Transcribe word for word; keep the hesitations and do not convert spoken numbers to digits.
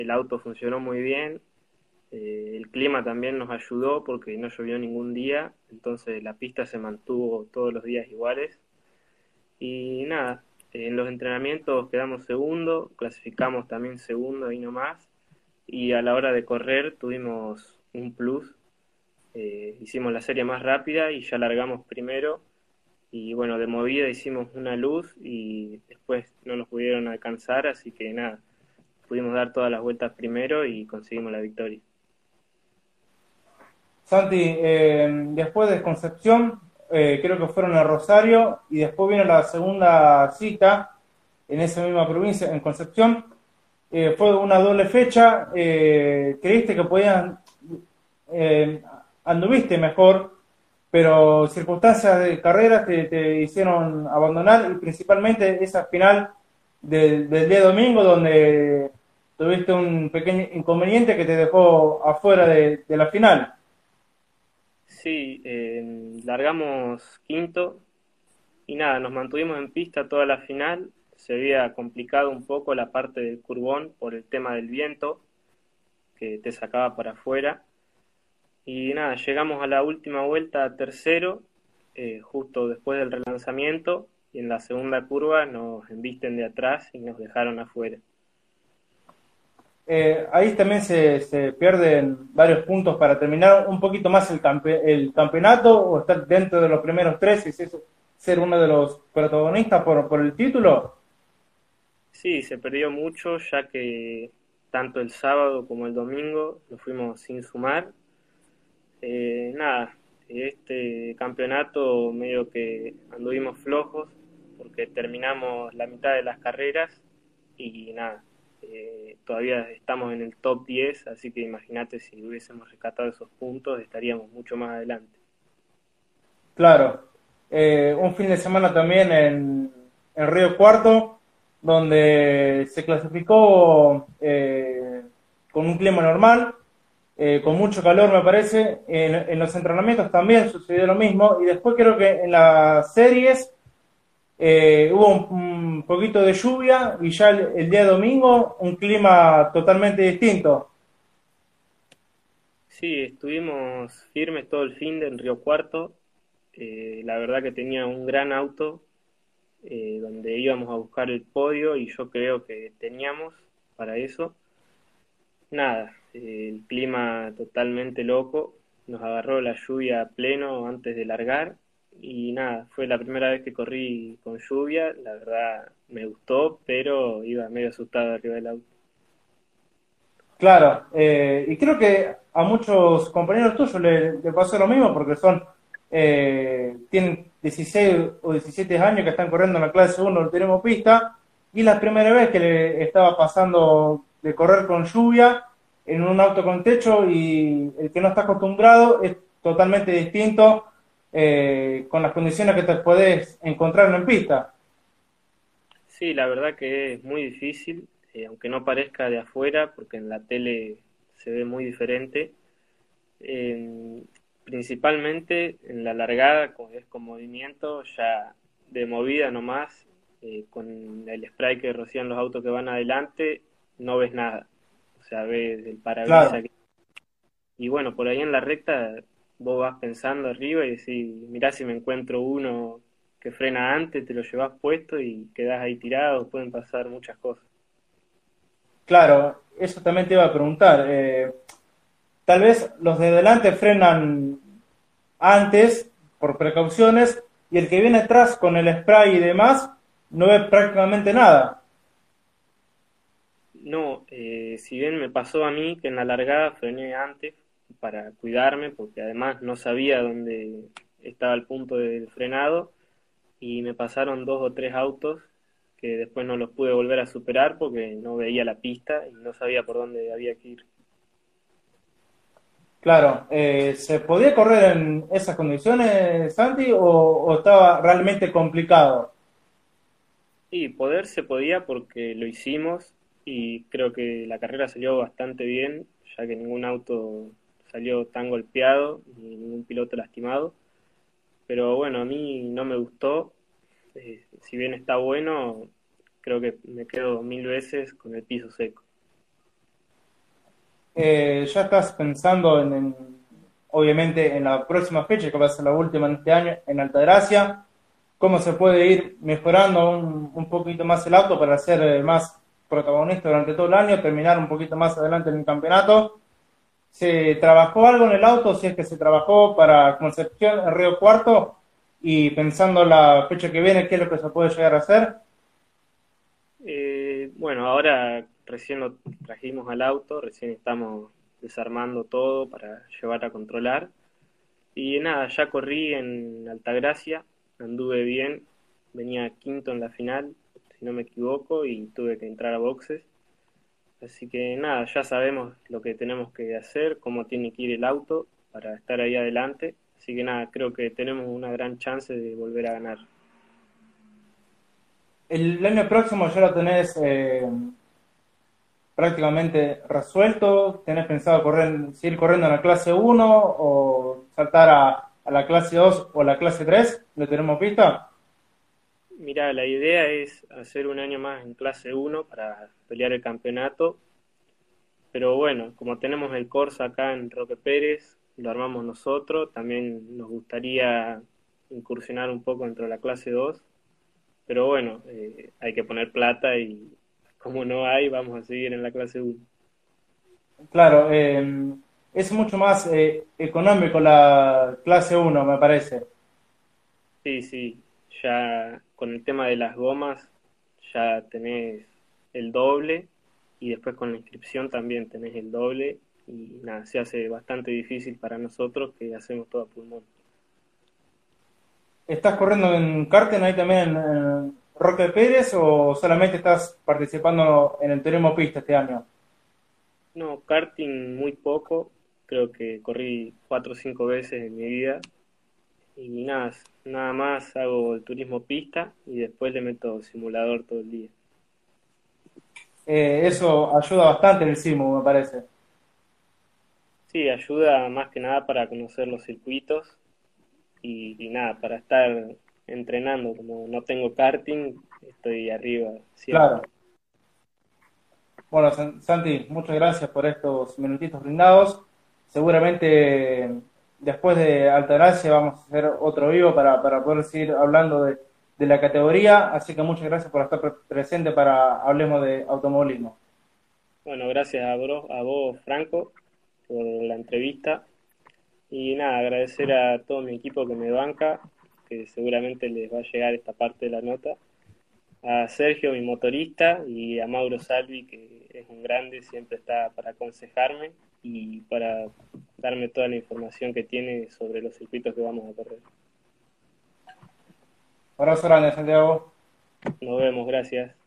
el auto funcionó muy bien. Eh, el clima también nos ayudó porque no llovió ningún día, entonces la pista se mantuvo todos los días iguales. Y nada, en los entrenamientos quedamos segundo, clasificamos también segundo ahí nomás, y a la hora de correr tuvimos un plus. Eh, hicimos la serie más rápida y ya largamos primero, y bueno, de movida hicimos una luz y después no nos pudieron alcanzar, así que nada, pudimos dar todas las vueltas primero y conseguimos la victoria. Santi, eh, después de Concepción, eh, creo que fueron a Rosario y después vino la segunda cita en esa misma provincia, en Concepción. Eh, fue una doble fecha. Eh, creíste que podían, eh, anduviste mejor, pero circunstancias de carrera te, te hicieron abandonar y principalmente esa final del, del día domingo donde tuviste un pequeño inconveniente que te dejó afuera de, de la final. Sí, eh, largamos quinto y nada, nos mantuvimos en pista toda la final. Se había complicado un poco la parte del curbón por el tema del viento que te sacaba para afuera. Y nada, llegamos a la última vuelta tercero, eh, justo después del relanzamiento, y en la segunda curva nos embisten de atrás y nos dejaron afuera. Eh, ahí también se, se pierden varios puntos para terminar un poquito más el, campe, el campeonato o estar dentro de los primeros tres y ser, ser uno de los protagonistas por, por el título. Sí, se perdió mucho ya que tanto el sábado como el domingo nos fuimos sin sumar. Eh, nada, este campeonato medio que anduvimos flojos porque terminamos la mitad de las carreras y nada, eh, todavía estamos en el top diez, así que imagínate si hubiésemos rescatado esos puntos estaríamos mucho más adelante. Claro, eh, un fin de semana también en, en Río Cuarto, donde se clasificó eh, con un clima normal, eh, con mucho calor me parece. En, en los entrenamientos también sucedió lo mismo y después creo que en las series eh, hubo un, un, poquito de lluvia y ya el, el día domingo un clima totalmente distinto. Sí, estuvimos firmes todo el fin de en Río Cuarto. Eh, la verdad que tenía un gran auto, eh, donde íbamos a buscar el podio y yo creo que teníamos para eso. Nada, eh, el clima totalmente loco, nos agarró la lluvia a pleno antes de largar y nada, fue la primera vez que corrí con lluvia, la verdad me gustó, pero iba medio asustado arriba del auto. Claro, eh, y creo que a muchos compañeros tuyos le, le pasó lo mismo porque son eh, tienen dieciséis o diecisiete años que están corriendo en la clase uno del Tenemos Pista y es la primera vez que le estaba pasando de correr con lluvia en un auto con techo y el que no está acostumbrado es totalmente distinto eh, con las condiciones que te puedes encontrar en pista. Sí, la verdad que es muy difícil, eh, aunque no parezca de afuera, porque en la tele se ve muy diferente. Eh, Principalmente en la largada, como es con movimiento, ya de movida nomás, eh, con el spray que rocían los autos que van adelante, no ves nada. O sea, ves el parabrisas. Claro. Y bueno, por ahí en la recta vos vas pensando arriba y decís, mirá si me encuentro uno que frena antes, te lo llevas puesto y quedás ahí tirado, pueden pasar muchas cosas. Claro, eso también te iba a preguntar. Eh, tal vez los de delante frenan antes por precauciones y el que viene atrás con el spray y demás no ve prácticamente nada. No, eh, si bien me pasó a mí que en la largada frené antes para cuidarme, porque además no sabía dónde estaba el punto del frenado, y me pasaron dos o tres autos que después no los pude volver a superar porque no veía la pista y no sabía por dónde había que ir. Claro, eh, ¿se podía correr en esas condiciones, Santi, o, o estaba realmente complicado? Y poder se podía porque lo hicimos y creo que la carrera salió bastante bien, ya que ningún auto salió tan golpeado ni ningún piloto lastimado. Pero bueno, a mí no me gustó. Eh, si bien está bueno, creo que me quedo mil veces con el piso seco. eh, ya estás pensando en, en, obviamente, en la próxima fecha, que va a ser la última en este año, en Altagracia, cómo se puede ir mejorando un, un poquito más el auto para ser eh, más protagonista durante todo el año, terminar un poquito más adelante en el campeonato. ¿Se trabajó algo en el auto? Si es que se trabajó para Concepción, en Río Cuarto, y pensando la fecha que viene, ¿qué es lo que se puede llegar a hacer? Eh, bueno, ahora recién lo trajimos al auto, recién estamos desarmando todo para llevar a controlar. Y nada, ya corrí en Altagracia, anduve bien, venía quinto en la final, si no me equivoco, y tuve que entrar a boxes. Así que nada, ya sabemos lo que tenemos que hacer, cómo tiene que ir el auto para estar ahí adelante. Así que nada, creo que tenemos una gran chance de volver a ganar. El año próximo ya lo tenés eh, prácticamente resuelto. ¿Tenés pensado correr, seguir corriendo en la clase uno o saltar a, a la clase dos o la clase tres? ¿Lo tenemos pista? Mira, la idea es hacer un año más en clase uno para pelear el campeonato. Pero bueno, como tenemos el Corsa acá en Roque Pérez, lo armamos nosotros, también nos gustaría incursionar un poco dentro de la clase dos, pero bueno, eh, hay que poner plata y como no hay, vamos a seguir en la clase uno. Claro, eh, es mucho más eh, económico la clase uno, me parece. Sí, sí, ya con el tema de las gomas ya tenés el doble y después con la inscripción también tenés el doble y nada, se hace bastante difícil para nosotros que hacemos todo a pulmón. ¿Estás corriendo en karting ahí también en, en Roque Pérez o solamente estás participando en el turismo pista este año? No, karting muy poco, creo que corrí cuatro o cinco veces en mi vida y nada, nada más hago el turismo pista y después le meto simulador todo el día. Eh, eso ayuda bastante en el Simu, me parece. Sí, ayuda más que nada para conocer los circuitos y, y nada, para estar entrenando, como no tengo karting, estoy arriba siempre. Claro. Bueno, San- Santi, muchas gracias por estos minutitos brindados. Seguramente después de Altagracia vamos a hacer otro vivo para, para poder seguir hablando de, de la categoría. Así que muchas gracias por estar pre- presente para hablemos de automovilismo. Bueno, gracias a vos, a vos, Franco, por la entrevista. Y nada, agradecer a todo mi equipo que me banca, que seguramente les va a llegar esta parte de la nota. A Sergio, mi motorista, y a Mauro Salvi, que es un grande, siempre está para aconsejarme y para darme toda la información que tiene sobre los circuitos que vamos a correr. Abrazo grande, Santiago. Nos vemos, gracias.